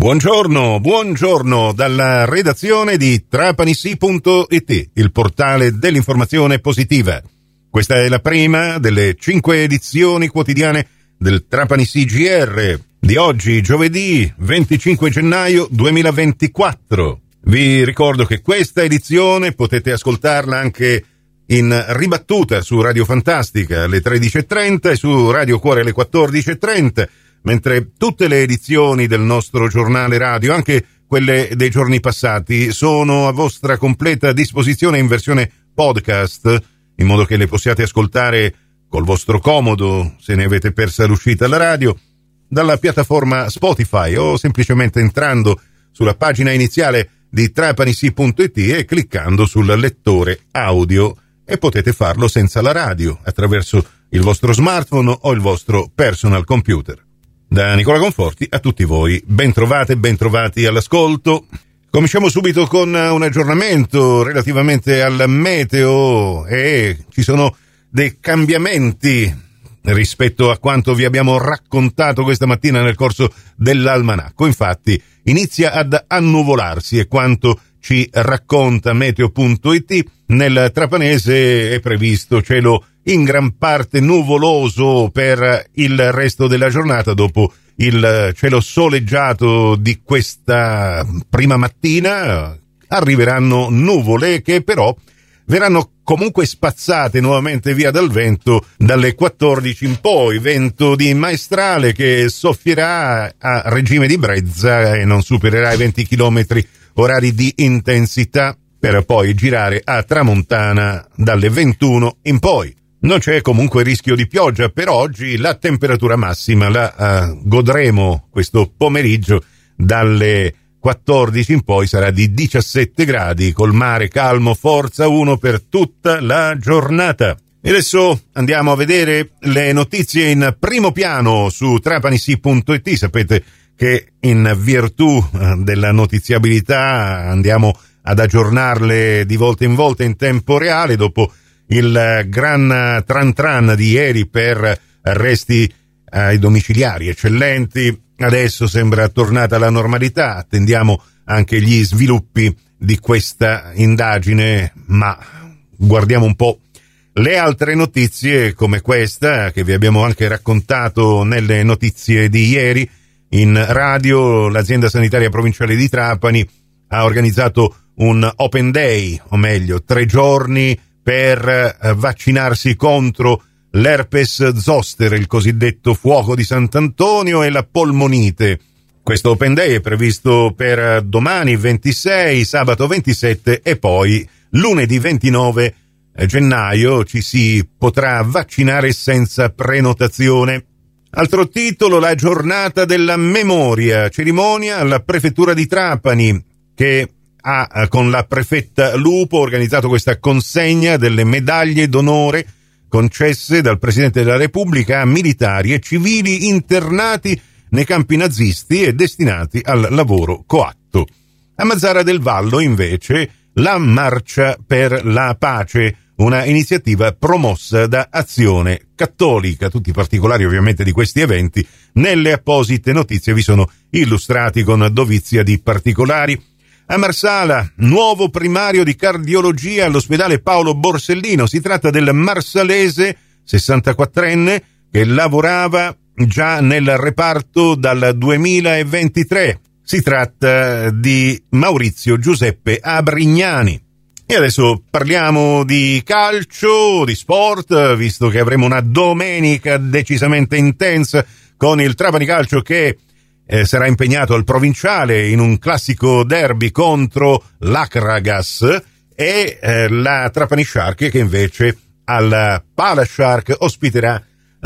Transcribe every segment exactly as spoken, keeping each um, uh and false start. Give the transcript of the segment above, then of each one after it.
Buongiorno, buongiorno dalla redazione di Trapanissi punto it, il portale dell'informazione positiva. Questa è la prima delle cinque edizioni quotidiane del Trapanissi G R di oggi, giovedì venticinque gennaio duemilaventiquattro. Vi ricordo che questa edizione potete ascoltarla anche in ribattuta su Radio Fantastica alle tredici e trenta e su Radio Cuore alle quattordici e trenta. Mentre tutte le edizioni del nostro giornale radio, anche quelle dei giorni passati, sono a vostra completa disposizione in versione podcast, in modo che le possiate ascoltare col vostro comodo, se ne avete persa l'uscita alla radio, dalla piattaforma Spotify o semplicemente entrando sulla pagina iniziale di Trapanissi punto it e cliccando sul lettore audio, e potete farlo senza la radio, attraverso il vostro smartphone o il vostro personal computer. Da Nicola Conforti a tutti voi, ben trovate, ben trovati all'ascolto. Cominciamo subito con un aggiornamento relativamente al meteo, e ci sono dei cambiamenti rispetto a quanto vi abbiamo raccontato questa mattina nel corso dell'almanacco. Infatti inizia ad annuvolarsi, e quanto ci racconta Meteo punto it, nel Trapanese è previsto cielo in gran parte nuvoloso per il resto della giornata. Dopo il cielo soleggiato di questa prima mattina arriveranno nuvole che però verranno comunque spazzate nuovamente via dal vento dalle quattordici in poi, vento di maestrale che soffierà a regime di brezza e non supererà i venti chilometri orari di intensità, per poi girare a tramontana dalle ventuno in poi. Non c'è comunque rischio di pioggia per oggi. La temperatura massima la uh, godremo questo pomeriggio dalle quattordici in poi, sarà di diciassette gradi, col mare calmo forza uno per tutta la giornata. E adesso andiamo a vedere le notizie in primo piano su Trapanissi punto it. Sapete che in virtù della notiziabilità andiamo ad aggiornarle di volta in volta in tempo reale. Dopo il gran tran tran di ieri per arresti ai domiciliari eccellenti, adesso sembra tornata la normalità. Attendiamo anche gli sviluppi di questa indagine, ma guardiamo un po' le altre notizie, come questa che vi abbiamo anche raccontato nelle notizie di ieri in radio. L'azienda sanitaria provinciale di Trapani ha organizzato un open day, o meglio tre giorni per vaccinarsi contro l'herpes zoster, il cosiddetto fuoco di Sant'Antonio, e la polmonite. Questo open day è previsto per domani ventisei, sabato ventisette e poi lunedì ventinove gennaio ci si potrà vaccinare senza prenotazione. Altro titolo: la giornata della memoria, cerimonia alla prefettura di Trapani, che ha con la prefetta Lupo organizzato questa consegna delle medaglie d'onore concesse dal Presidente della Repubblica a militari e civili internati nei campi nazisti e destinati al lavoro coatto. A Mazzara del Vallo, invece, la Marcia per la Pace, una iniziativa promossa da Azione Cattolica. Tutti i particolari ovviamente di questi eventi nelle apposite notizie vi sono illustrati con dovizia di particolari. A Marsala, nuovo primario di cardiologia all'ospedale Paolo Borsellino. Si tratta del marsalese sessantaquattrenne che lavorava già nel reparto dal duemilaventitré. Si tratta di Maurizio Giuseppe Abrignani. E adesso parliamo di calcio, di sport, visto che avremo una domenica decisamente intensa con il Trapani Calcio che Eh, sarà impegnato al provinciale in un classico derby contro l'Acragas, e eh, la Trapani Shark che invece al Pala Shark ospiterà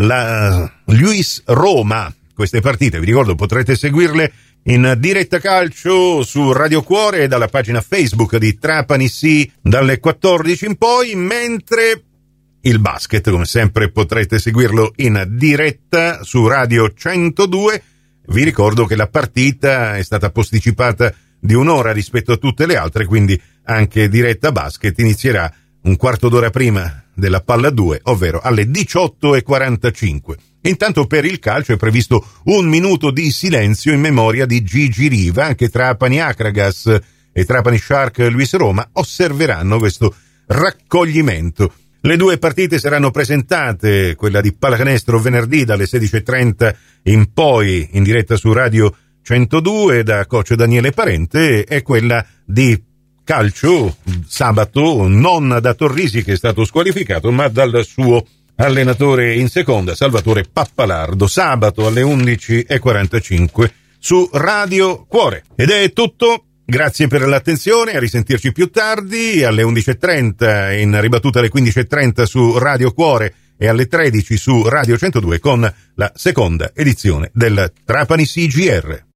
la uh, Luis Roma. Queste partite, vi ricordo, potrete seguirle in diretta calcio su Radio Cuore e dalla pagina Facebook di Trapanissi dalle quattordici in poi, mentre il basket, come sempre, potrete seguirlo in diretta su Radio centodue. Vi ricordo che la partita è stata posticipata di un'ora rispetto a tutte le altre, quindi anche diretta basket inizierà un quarto d'ora prima della palla due, ovvero alle diciotto e quarantacinque. Intanto per il calcio è previsto un minuto di silenzio in memoria di Gigi Riva. Anche Trapani Akragas e Trapani Shark Luis Roma osserveranno questo raccoglimento. Le due partite saranno presentate, quella di pallacanestro venerdì dalle sedici e trenta in poi in diretta su Radio centodue da coach Daniele Parente, e quella di calcio sabato non da Torrisi, che è stato squalificato, ma dal suo allenatore in seconda Salvatore Pappalardo, sabato alle undici e quarantacinque su Radio Cuore. Ed è tutto, grazie per l'attenzione, a risentirci più tardi alle undici e trenta, in ribattuta alle quindici e trenta su Radio Cuore e alle tredici su Radio centodue con la seconda edizione del Trapani C G R.